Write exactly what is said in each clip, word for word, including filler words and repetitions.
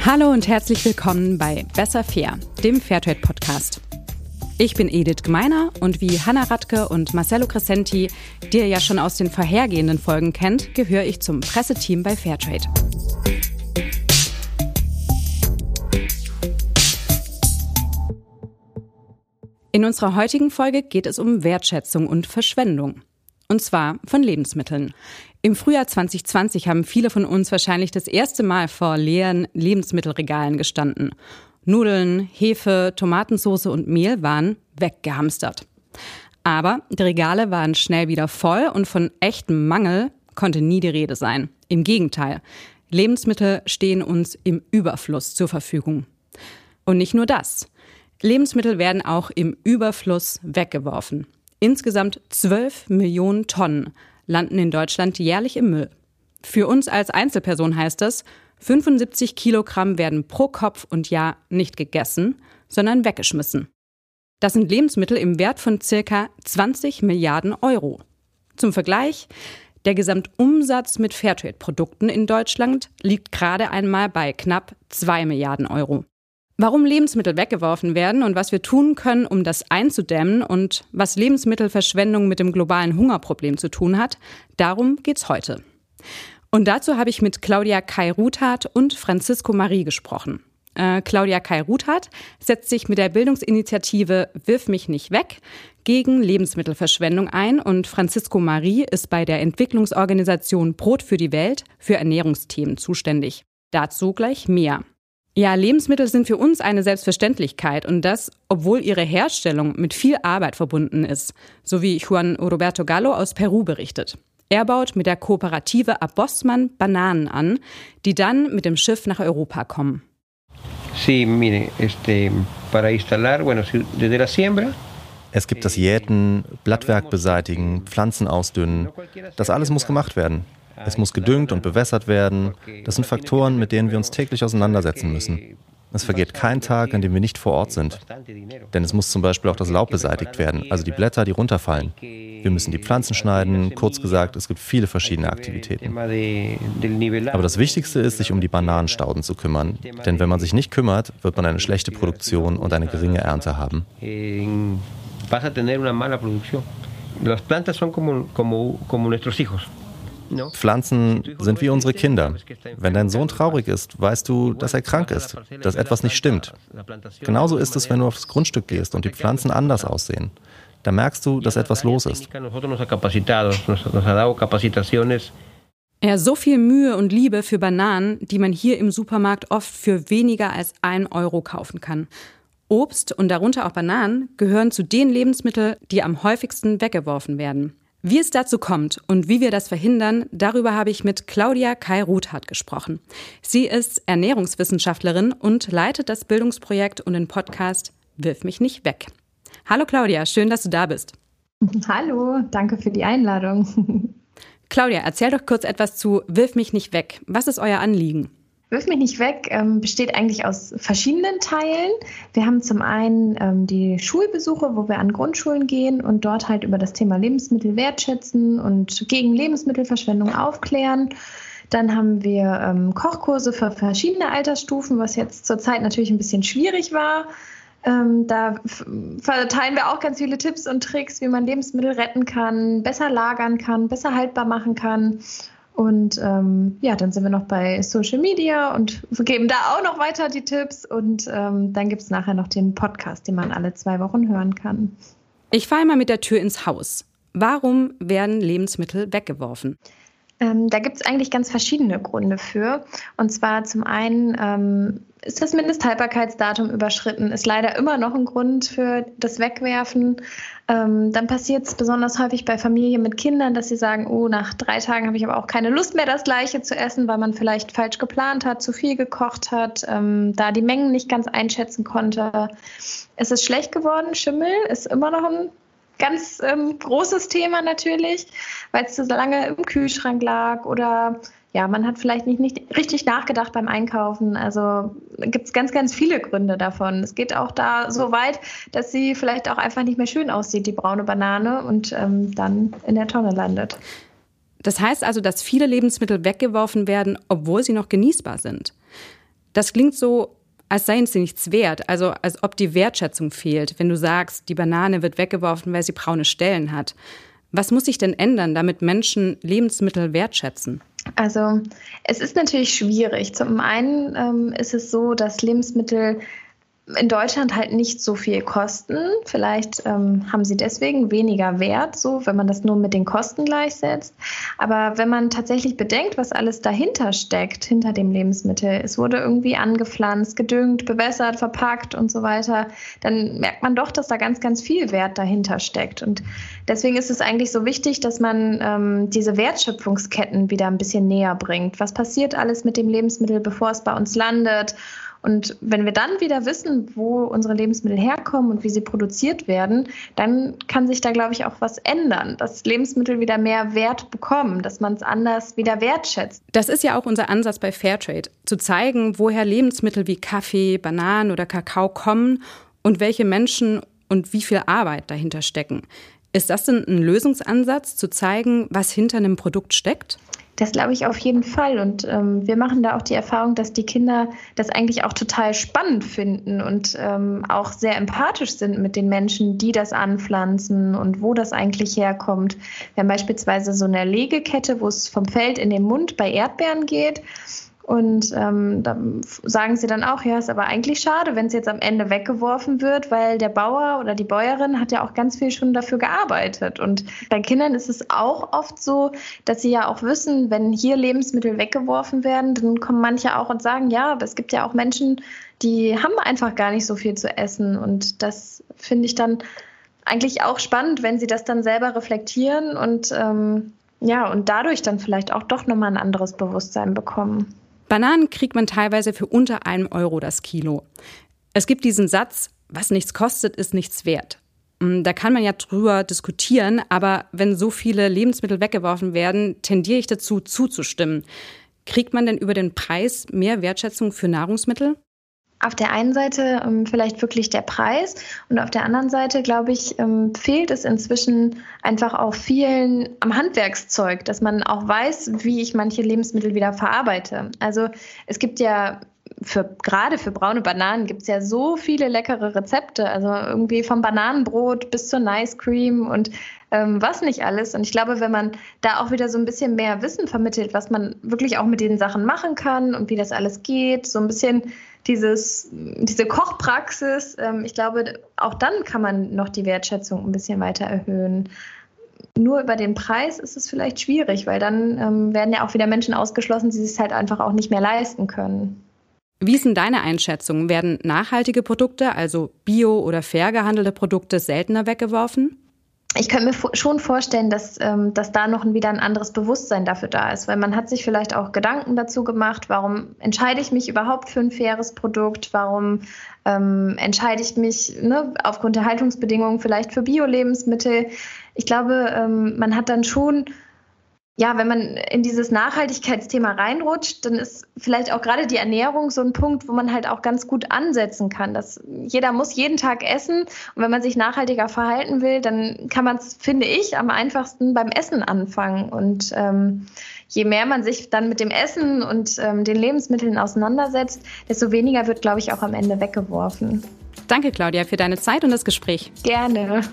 Hallo und herzlich willkommen bei Besser Fair, dem Fairtrade-Podcast. Ich bin Edith Gmeiner und wie Hannah Radke und Marcello Crescenti, die ihr ja schon aus den vorhergehenden Folgen kennt, gehöre ich zum Presseteam bei Fairtrade. In unserer heutigen Folge geht es um Wertschätzung und Verschwendung. Und zwar von Lebensmitteln. Im Frühjahr zwanzig zwanzig haben viele von uns wahrscheinlich das erste Mal vor leeren Lebensmittelregalen gestanden. Nudeln, Hefe, Tomatensauce und Mehl waren weggehamstert. Aber die Regale waren schnell wieder voll und von echtem Mangel konnte nie die Rede sein. Im Gegenteil, Lebensmittel stehen uns im Überfluss zur Verfügung. Und nicht nur das. Lebensmittel werden auch im Überfluss weggeworfen. Insgesamt zwölf Millionen Tonnen landen in Deutschland jährlich im Müll. Für uns als Einzelperson heißt das, fünfundsiebzig Kilogramm werden pro Kopf und Jahr nicht gegessen, sondern weggeschmissen. Das sind Lebensmittel im Wert von circa zwanzig Milliarden Euro. Zum Vergleich, der Gesamtumsatz mit Fairtrade-Produkten in Deutschland liegt gerade einmal bei knapp zwei Milliarden Euro. Warum Lebensmittel weggeworfen werden und was wir tun können, um das einzudämmen und was Lebensmittelverschwendung mit dem globalen Hungerproblem zu tun hat, darum geht's heute. Und dazu habe ich mit Claudia Kay-Ruthardt und Francisco Marie gesprochen. Äh, Claudia Kay-Ruthardt setzt sich mit der Bildungsinitiative Wirf mich nicht weg gegen Lebensmittelverschwendung ein und Francisco Marie ist bei der Entwicklungsorganisation Brot für die Welt für Ernährungsthemen zuständig. Dazu gleich mehr. Ja, Lebensmittel sind für uns eine Selbstverständlichkeit und das, obwohl ihre Herstellung mit viel Arbeit verbunden ist, so wie Juan Roberto Gallo aus Peru berichtet. Er baut mit der Kooperative Abosman Bananen an, die dann mit dem Schiff nach Europa kommen. Sí, mire, este, para instalar, bueno, desde la siembra. Es gibt das Jäten, Blattwerk beseitigen, Pflanzen ausdünnen. Das alles muss gemacht werden. Es muss gedüngt und bewässert werden. Das sind Faktoren, mit denen wir uns täglich auseinandersetzen müssen. Es vergeht kein Tag, an dem wir nicht vor Ort sind. Denn es muss zum Beispiel auch das Laub beseitigt werden, also die Blätter, die runterfallen. Wir müssen die Pflanzen schneiden, kurz gesagt, es gibt viele verschiedene Aktivitäten. Aber das Wichtigste ist, sich um die Bananenstauden zu kümmern. Denn wenn man sich nicht kümmert, wird man eine schlechte Produktion und eine geringe Ernte haben. Pflanzen sind wie unsere Kinder. Wenn dein Sohn traurig ist, weißt du, dass er krank ist, dass etwas nicht stimmt. Genauso ist es, wenn du aufs Grundstück gehst und die Pflanzen anders aussehen. Da merkst du, dass etwas los ist. Ja, so viel Mühe und Liebe für Bananen, die man hier im Supermarkt oft für weniger als ein Euro kaufen kann. Obst und darunter auch Bananen gehören zu den Lebensmitteln, die am häufigsten weggeworfen werden. Wie es dazu kommt und wie wir das verhindern, darüber habe ich mit Claudia Kay-Ruthardt gesprochen. Sie ist Ernährungswissenschaftlerin und leitet das Bildungsprojekt und den Podcast Wirf mich nicht weg. Hallo Claudia, schön, dass du da bist. Hallo, danke für die Einladung. Claudia, erzähl doch kurz etwas zu Wirf mich nicht weg. Was ist euer Anliegen? Wirf mich nicht weg ähm, besteht eigentlich aus verschiedenen Teilen. Wir haben zum einen ähm, die Schulbesuche, wo wir an Grundschulen gehen und dort halt über das Thema Lebensmittel wertschätzen und gegen Lebensmittelverschwendung aufklären. Dann haben wir ähm, Kochkurse für verschiedene Altersstufen, was jetzt zurzeit natürlich ein bisschen schwierig war. Ähm, da f- verteilen wir auch ganz viele Tipps und Tricks, wie man Lebensmittel retten kann, besser lagern kann, besser haltbar machen kann. Und ähm, ja, dann sind wir noch bei Social Media und geben da auch noch weiter die Tipps. Und ähm, dann gibt es nachher noch den Podcast, den man alle zwei Wochen hören kann. Ich fahre mal mit der Tür ins Haus. Warum werden Lebensmittel weggeworfen? Ähm, da gibt es eigentlich ganz verschiedene Gründe für. Und zwar zum einen ähm, ist das Mindesthaltbarkeitsdatum überschritten, ist leider immer noch ein Grund für das Wegwerfen. Ähm, dann passiert es besonders häufig bei Familien mit Kindern, dass sie sagen, oh, nach drei Tagen habe ich aber auch keine Lust mehr, das Gleiche zu essen, weil man vielleicht falsch geplant hat, zu viel gekocht hat, ähm, da die Mengen nicht ganz einschätzen konnte. Es ist schlecht geworden, Schimmel ist immer noch ein ganz ähm, großes Thema natürlich, weil es so lange im Kühlschrank lag oder ja, man hat vielleicht nicht, nicht richtig nachgedacht beim Einkaufen. Also gibt es ganz, ganz viele Gründe davon. Es geht auch da so weit, dass sie vielleicht auch einfach nicht mehr schön aussieht, die braune Banane, und ähm, dann in der Tonne landet. Das heißt also, dass viele Lebensmittel weggeworfen werden, obwohl sie noch genießbar sind. Das klingt so, als seien sie nichts wert, also als ob die Wertschätzung fehlt, wenn du sagst, die Banane wird weggeworfen, weil sie braune Stellen hat. Was muss sich denn ändern, damit Menschen Lebensmittel wertschätzen? Also es ist natürlich schwierig. Zum einen ähm, ist es so, dass Lebensmittel in Deutschland halt nicht so viel kosten. Vielleicht ähm, haben sie deswegen weniger Wert, so wenn man das nur mit den Kosten gleichsetzt. Aber wenn man tatsächlich bedenkt, was alles dahinter steckt, hinter dem Lebensmittel, es wurde irgendwie angepflanzt, gedüngt, bewässert, verpackt und so weiter, dann merkt man doch, dass da ganz, ganz viel Wert dahinter steckt. Und deswegen ist es eigentlich so wichtig, dass man ähm, diese Wertschöpfungsketten wieder ein bisschen näher bringt. Was passiert alles mit dem Lebensmittel, bevor es bei uns landet? Und wenn wir dann wieder wissen, wo unsere Lebensmittel herkommen und wie sie produziert werden, dann kann sich da, glaube ich, auch was ändern, dass Lebensmittel wieder mehr Wert bekommen, dass man es anders wieder wertschätzt. Das ist ja auch unser Ansatz bei Fairtrade, zu zeigen, woher Lebensmittel wie Kaffee, Bananen oder Kakao kommen und welche Menschen und wie viel Arbeit dahinter stecken. Ist das denn ein Lösungsansatz, zu zeigen, was hinter einem Produkt steckt? Das glaube ich auf jeden Fall. Und ähm, wir machen da auch die Erfahrung, dass die Kinder das eigentlich auch total spannend finden und ähm, auch sehr empathisch sind mit den Menschen, die das anpflanzen und wo das eigentlich herkommt. Wir haben beispielsweise so eine Legekette, wo es vom Feld in den Mund bei Erdbeeren geht. Und ähm, da sagen sie dann auch, ja, ist aber eigentlich schade, wenn es jetzt am Ende weggeworfen wird, weil der Bauer oder die Bäuerin hat ja auch ganz viel schon dafür gearbeitet. Und bei Kindern ist es auch oft so, dass sie ja auch wissen, wenn hier Lebensmittel weggeworfen werden, dann kommen manche auch und sagen, ja, aber es gibt ja auch Menschen, die haben einfach gar nicht so viel zu essen. Und das finde ich dann eigentlich auch spannend, wenn sie das dann selber reflektieren und ähm, ja, und dadurch dann vielleicht auch doch nochmal ein anderes Bewusstsein bekommen. Bananen kriegt man teilweise für unter einem Euro das Kilo. Es gibt diesen Satz, was nichts kostet, ist nichts wert. Da kann man ja drüber diskutieren, aber wenn so viele Lebensmittel weggeworfen werden, tendiere ich dazu, zuzustimmen. Kriegt man denn über den Preis mehr Wertschätzung für Nahrungsmittel? Auf der einen Seite ähm, vielleicht wirklich der Preis und auf der anderen Seite, glaube ich, ähm, fehlt es inzwischen einfach auch vielen am Handwerkszeug, dass man auch weiß, wie ich manche Lebensmittel wieder verarbeite. Also es gibt ja für gerade für braune Bananen gibt es ja so viele leckere Rezepte, also irgendwie vom Bananenbrot bis zur Nice Cream und ähm, was nicht alles. Und ich glaube, wenn man da auch wieder so ein bisschen mehr Wissen vermittelt, was man wirklich auch mit den Sachen machen kann und wie das alles geht, so ein bisschen dieses, diese Kochpraxis, ähm, ich glaube, auch dann kann man noch die Wertschätzung ein bisschen weiter erhöhen. Nur über den Preis ist es vielleicht schwierig, weil dann ähm, werden ja auch wieder Menschen ausgeschlossen, die es halt einfach auch nicht mehr leisten können. Wie ist denn deine Einschätzung? Werden nachhaltige Produkte, also bio- oder fair gehandelte Produkte, seltener weggeworfen? Ich könnte mir schon vorstellen, dass, ähm, dass da noch wieder ein anderes Bewusstsein dafür da ist, weil man hat sich vielleicht auch Gedanken dazu gemacht, warum entscheide ich mich überhaupt für ein faires Produkt, warum ähm, entscheide ich mich ne, aufgrund der Haltungsbedingungen vielleicht für Bio-Lebensmittel. Ich glaube, ähm, man hat dann schon, ja, wenn man in dieses Nachhaltigkeitsthema reinrutscht, dann ist vielleicht auch gerade die Ernährung so ein Punkt, wo man halt auch ganz gut ansetzen kann. Dass jeder muss jeden Tag essen und wenn man sich nachhaltiger verhalten will, dann kann man es, finde ich, am einfachsten beim Essen anfangen. Und ähm, je mehr man sich dann mit dem Essen und ähm, den Lebensmitteln auseinandersetzt, desto weniger wird, glaube ich, auch am Ende weggeworfen. Danke, Claudia, für deine Zeit und das Gespräch. Gerne.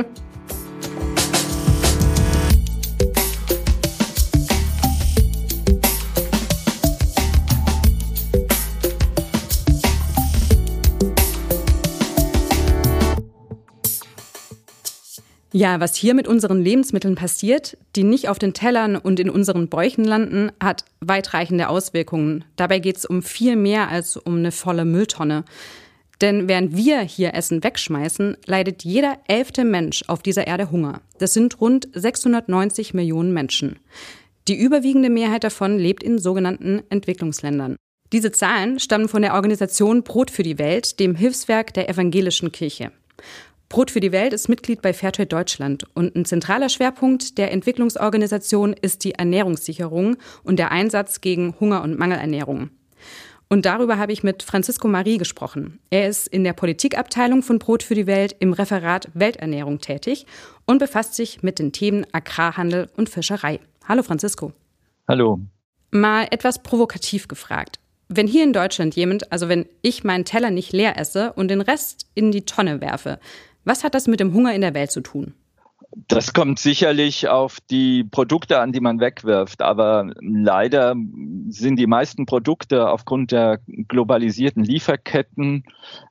Ja, was hier mit unseren Lebensmitteln passiert, die nicht auf den Tellern und in unseren Bäuchen landen, hat weitreichende Auswirkungen. Dabei geht es um viel mehr als um eine volle Mülltonne. Denn während wir hier Essen wegschmeißen, leidet jeder elfte Mensch auf dieser Erde Hunger. Das sind rund sechshundertneunzig Millionen Menschen. Die überwiegende Mehrheit davon lebt in sogenannten Entwicklungsländern. Diese Zahlen stammen von der Organisation Brot für die Welt, dem Hilfswerk der Evangelischen Kirche. Brot für die Welt ist Mitglied bei Fairtrade Deutschland und ein zentraler Schwerpunkt der Entwicklungsorganisation ist die Ernährungssicherung und der Einsatz gegen Hunger- und Mangelernährung. Und darüber habe ich mit Francisco Marie gesprochen. Er ist in der Politikabteilung von Brot für die Welt im Referat Welternährung tätig und befasst sich mit den Themen Agrarhandel und Fischerei. Hallo Francisco. Hallo. Mal etwas provokativ gefragt. Wenn hier in Deutschland jemand, also wenn ich meinen Teller nicht leer esse und den Rest in die Tonne werfe, was hat das mit dem Hunger in der Welt zu tun? Das kommt sicherlich auf die Produkte an, die man wegwirft. Aber leider sind die meisten Produkte aufgrund der globalisierten Lieferketten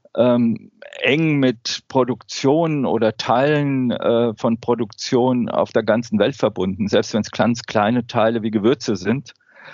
ähm, eng mit Produktion oder Teilen äh, von Produktion auf der ganzen Welt verbunden. Selbst wenn es ganz kleine Teile wie Gewürze sind,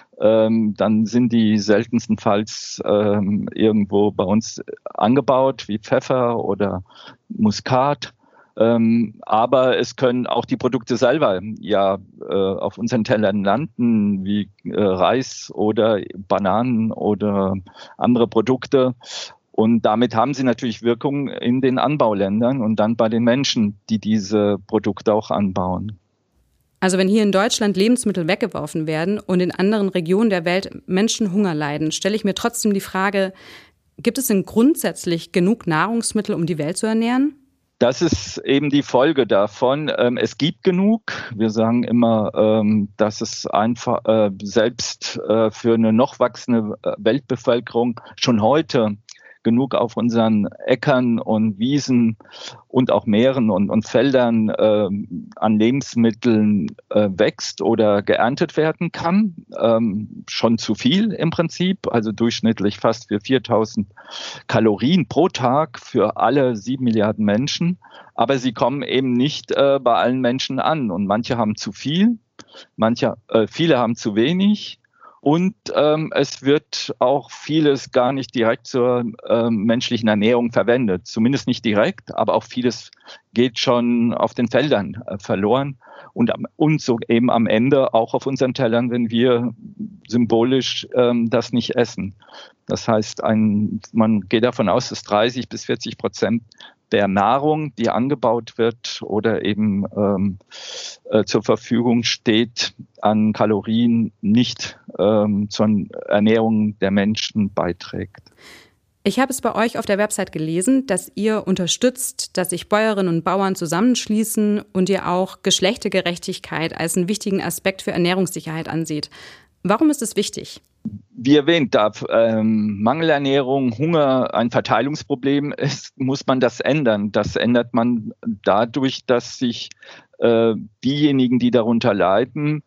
ähm, dann sind die seltenstenfalls ähm, irgendwo bei uns angebaut, wie Pfeffer oder Muskat. Ähm, aber es können auch die Produkte selber ja äh, auf unseren Tellern landen, wie äh, Reis oder Bananen oder andere Produkte. Und damit haben sie natürlich Wirkung in den Anbauländern und dann bei den Menschen, die diese Produkte auch anbauen. Also wenn hier in Deutschland Lebensmittel weggeworfen werden und in anderen Regionen der Welt Menschen Hunger leiden, stelle ich mir trotzdem die Frage, gibt es denn grundsätzlich genug Nahrungsmittel, um die Welt zu ernähren? Das ist eben die Folge davon. Es gibt genug. Wir sagen immer, dass es einfach selbst für eine noch wachsende Weltbevölkerung schon heute genug auf unseren Äckern und Wiesen und auch Meeren und, und Feldern äh, an Lebensmitteln äh, wächst oder geerntet werden kann. Ähm, schon zu viel im Prinzip, also durchschnittlich fast für viertausend Kalorien pro Tag für alle sieben Milliarden Menschen. Aber sie kommen eben nicht äh, bei allen Menschen an. Und manche haben zu viel, manche, äh, viele haben zu wenig. Und ähm, es wird auch vieles gar nicht direkt zur ähm, menschlichen Ernährung verwendet. Zumindest nicht direkt, aber auch vieles geht schon auf den Feldern äh, verloren. Und, und so eben am Ende auch auf unseren Tellern, wenn wir symbolisch ähm, das nicht essen. Das heißt, ein, man geht davon aus, dass dreißig bis vierzig Prozent der Nahrung, die angebaut wird oder eben ähm, äh, zur Verfügung steht, an Kalorien nicht ähm, zur Ernährung der Menschen beiträgt. Ich habe es bei euch auf der Website gelesen, dass ihr unterstützt, dass sich Bäuerinnen und Bauern zusammenschließen und ihr auch Geschlechtergerechtigkeit als einen wichtigen Aspekt für Ernährungssicherheit ansieht. Warum ist es wichtig? Wie erwähnt, da ähm, Mangelernährung, Hunger ein Verteilungsproblem ist, muss man das ändern. Das ändert man dadurch, dass sich äh, diejenigen, die darunter leiden,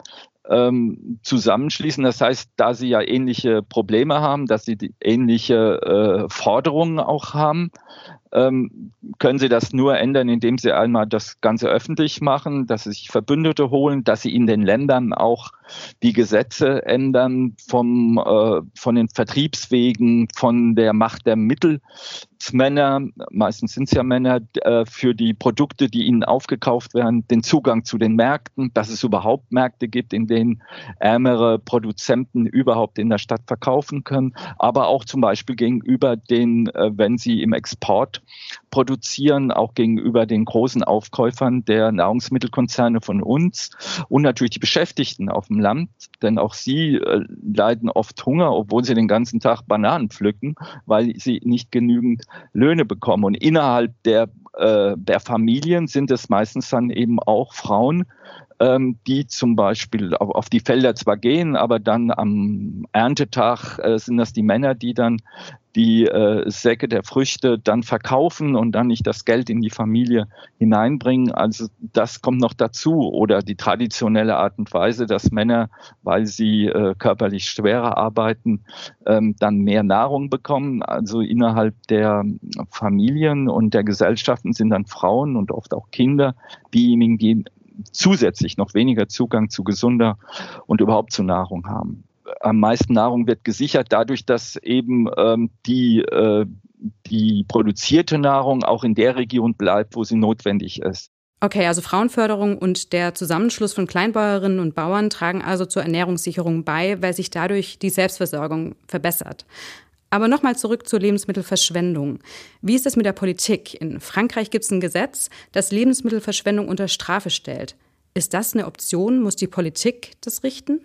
ähm, zusammenschließen. Das heißt, da sie ja ähnliche Probleme haben, dass sie die ähnliche äh, Forderungen auch haben, ähm, können sie das nur ändern, indem sie einmal das Ganze öffentlich machen, dass sie sich Verbündete holen, dass sie in den Ländern auch die Gesetze ändern vom, äh, von den Vertriebswegen, von der Macht der Mittelsmänner, meistens sind es ja Männer, äh, für die Produkte, die ihnen aufgekauft werden, den Zugang zu den Märkten, dass es überhaupt Märkte gibt, in denen ärmere Produzenten überhaupt in der Stadt verkaufen können, aber auch zum Beispiel gegenüber den, äh, wenn sie im Export produzieren, auch gegenüber den großen Aufkäufern der Nahrungsmittelkonzerne von uns und natürlich die Beschäftigten auf dem Land, denn auch sie äh, leiden oft Hunger, obwohl sie den ganzen Tag Bananen pflücken, weil sie nicht genügend Löhne bekommen. Und innerhalb der, äh, der Familien sind es meistens dann eben auch Frauen, ähm, die zum Beispiel auf, auf die Felder zwar gehen, aber dann am Erntetag äh, sind das die Männer, die dann die äh, Säcke der Früchte dann verkaufen und dann nicht das Geld in die Familie hineinbringen. Also das kommt noch dazu. Oder die traditionelle Art und Weise, dass Männer, weil sie äh, körperlich schwerer arbeiten, ähm, dann mehr Nahrung bekommen. Also innerhalb der Familien und der Gesellschaften sind dann Frauen und oft auch Kinder diejenigen, die zusätzlich noch weniger Zugang zu gesunder und überhaupt zu Nahrung haben. Am meisten Nahrung wird gesichert dadurch, dass eben ähm, die, äh, die produzierte Nahrung auch in der Region bleibt, wo sie notwendig ist. Okay, also Frauenförderung und der Zusammenschluss von Kleinbäuerinnen und Bauern tragen also zur Ernährungssicherung bei, weil sich dadurch die Selbstversorgung verbessert. Aber nochmal zurück zur Lebensmittelverschwendung. Wie ist es mit der Politik? In Frankreich gibt es ein Gesetz, das Lebensmittelverschwendung unter Strafe stellt. Ist das eine Option? Muss die Politik das richten?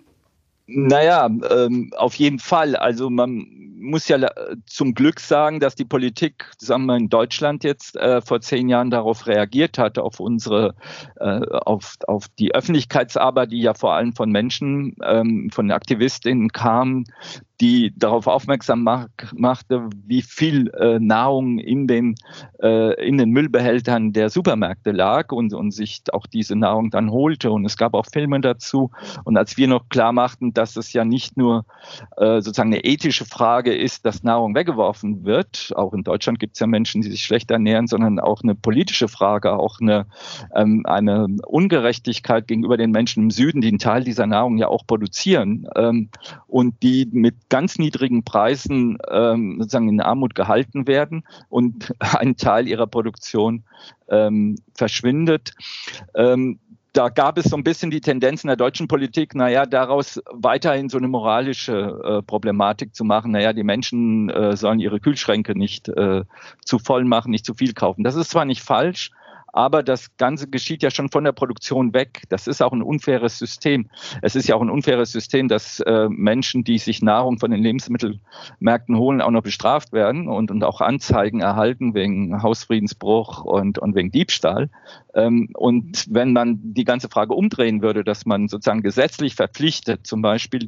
Naja, ähm, auf jeden Fall. Also man muss ja zum Glück sagen, dass die Politik, sagen wir in Deutschland jetzt, äh, vor zehn Jahren darauf reagiert hat, auf unsere, äh, auf, auf die Öffentlichkeitsarbeit, die ja vor allem von Menschen, ähm, von Aktivistinnen kam, die darauf aufmerksam mach, machte, wie viel äh, Nahrung in den, äh, in den Müllbehältern der Supermärkte lag und, und sich auch diese Nahrung dann holte. Und es gab auch Filme dazu. Und als wir noch klar machten, dass es ja nicht nur äh, sozusagen eine ethische Frage ist, dass Nahrung weggeworfen wird, auch in Deutschland gibt es ja Menschen, die sich schlecht ernähren, sondern auch eine politische Frage, auch eine, ähm, eine Ungerechtigkeit gegenüber den Menschen im Süden, die einen Teil dieser Nahrung ja auch produzieren ähm, und die mit ganz niedrigen Preisen ähm, sozusagen in Armut gehalten werden und ein Teil ihrer Produktion ähm, verschwindet. Ähm, Da gab es so ein bisschen die Tendenz in der deutschen Politik, naja, daraus weiterhin so eine moralische äh, Problematik zu machen. Naja, die Menschen äh, sollen ihre Kühlschränke nicht äh, zu voll machen, nicht zu viel kaufen. Das ist zwar nicht falsch, aber das Ganze geschieht ja schon von der Produktion weg. Das ist auch ein unfaires System. Es ist ja auch ein unfaires System, dass äh, Menschen, die sich Nahrung von den Lebensmittelmärkten holen, auch noch bestraft werden und, und auch Anzeigen erhalten wegen Hausfriedensbruch und, und wegen Diebstahl. Ähm, und wenn man die ganze Frage umdrehen würde, dass man sozusagen gesetzlich verpflichtet, zum Beispiel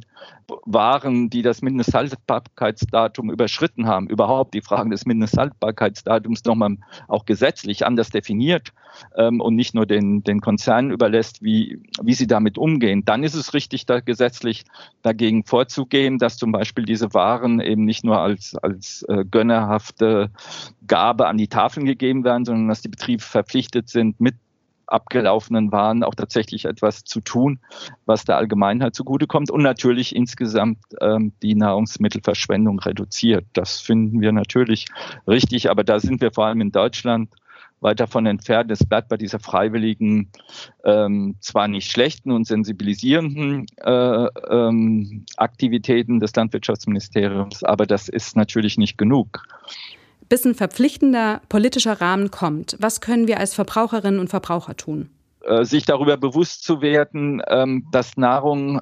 Waren, die das Mindesthaltbarkeitsdatum überschritten haben, überhaupt die Fragen des Mindesthaltbarkeitsdatums nochmal auch gesetzlich anders definiert, ähm, und nicht nur den, den Konzernen überlässt, wie, wie sie damit umgehen, dann ist es richtig, da gesetzlich dagegen vorzugehen, dass zum Beispiel diese Waren eben nicht nur als, als äh, gönnerhafte Gabe an die Tafeln gegeben werden, sondern dass die Betriebe verpflichtet sind, mit abgelaufenen Waren auch tatsächlich etwas zu tun, was der Allgemeinheit zugutekommt und natürlich insgesamt ähm, die Nahrungsmittelverschwendung reduziert. Das finden wir natürlich richtig, aber da sind wir vor allem in Deutschland weit davon entfernt. Es bleibt bei dieser freiwilligen, ähm, zwar nicht schlechten und sensibilisierenden äh, ähm, Aktivitäten des Landwirtschaftsministeriums, aber das ist natürlich nicht genug. Bis ein verpflichtender politischer Rahmen kommt, was können wir als Verbraucherinnen und Verbraucher tun? Sich darüber bewusst zu werden, dass Nahrung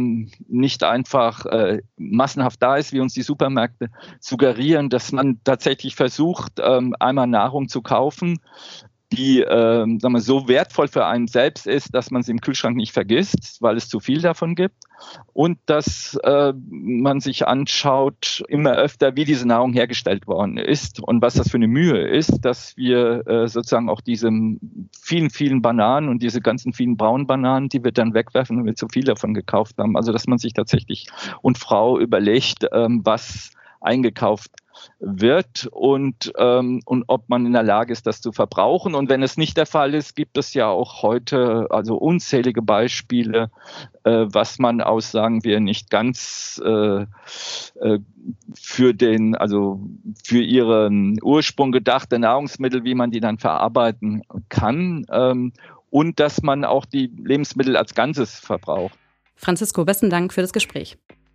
nicht einfach massenhaft da ist, wie uns die Supermärkte suggerieren, dass man tatsächlich versucht, einmal Nahrung zu kaufen, die äh, sagen wir, so wertvoll für einen selbst ist, dass man sie im Kühlschrank nicht vergisst, weil es zu viel davon gibt. Und dass äh, man sich anschaut immer öfter, wie diese Nahrung hergestellt worden ist und was das für eine Mühe ist, dass wir äh, sozusagen auch diese vielen, vielen Bananen und diese ganzen vielen braunen Bananen, die wir dann wegwerfen, wenn wir zu viel davon gekauft haben. Also dass man sich tatsächlich und Frau überlegt, ähm, was eingekauft wird und, ähm, und ob man in der Lage ist, das zu verbrauchen. Und wenn es nicht der Fall ist, gibt es ja auch heute also unzählige Beispiele, äh, was man aus, sagen wir, nicht ganz äh, äh, für den, also für ihren Ursprung gedachte Nahrungsmittel, wie man die dann verarbeiten kann, ähm, und dass man auch die Lebensmittel als Ganzes verbraucht. Francisco, besten Dank für das Gespräch.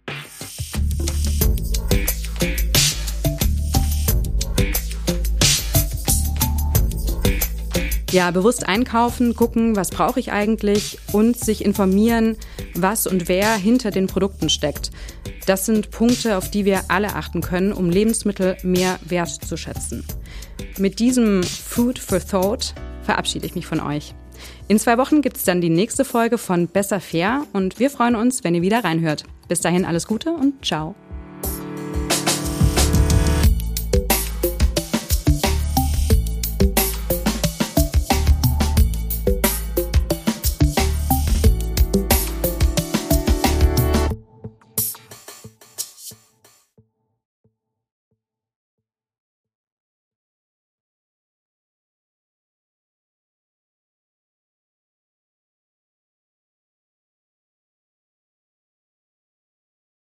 Ja, bewusst einkaufen, gucken, was brauche ich eigentlich und sich informieren, was und wer hinter den Produkten steckt. Das sind Punkte, auf die wir alle achten können, um Lebensmittel mehr wertzuschätzen. Mit diesem Food for Thought verabschiede ich mich von euch. In zwei Wochen gibt es dann die nächste Folge von Besser Fair und wir freuen uns, wenn ihr wieder reinhört. Bis dahin alles Gute und ciao.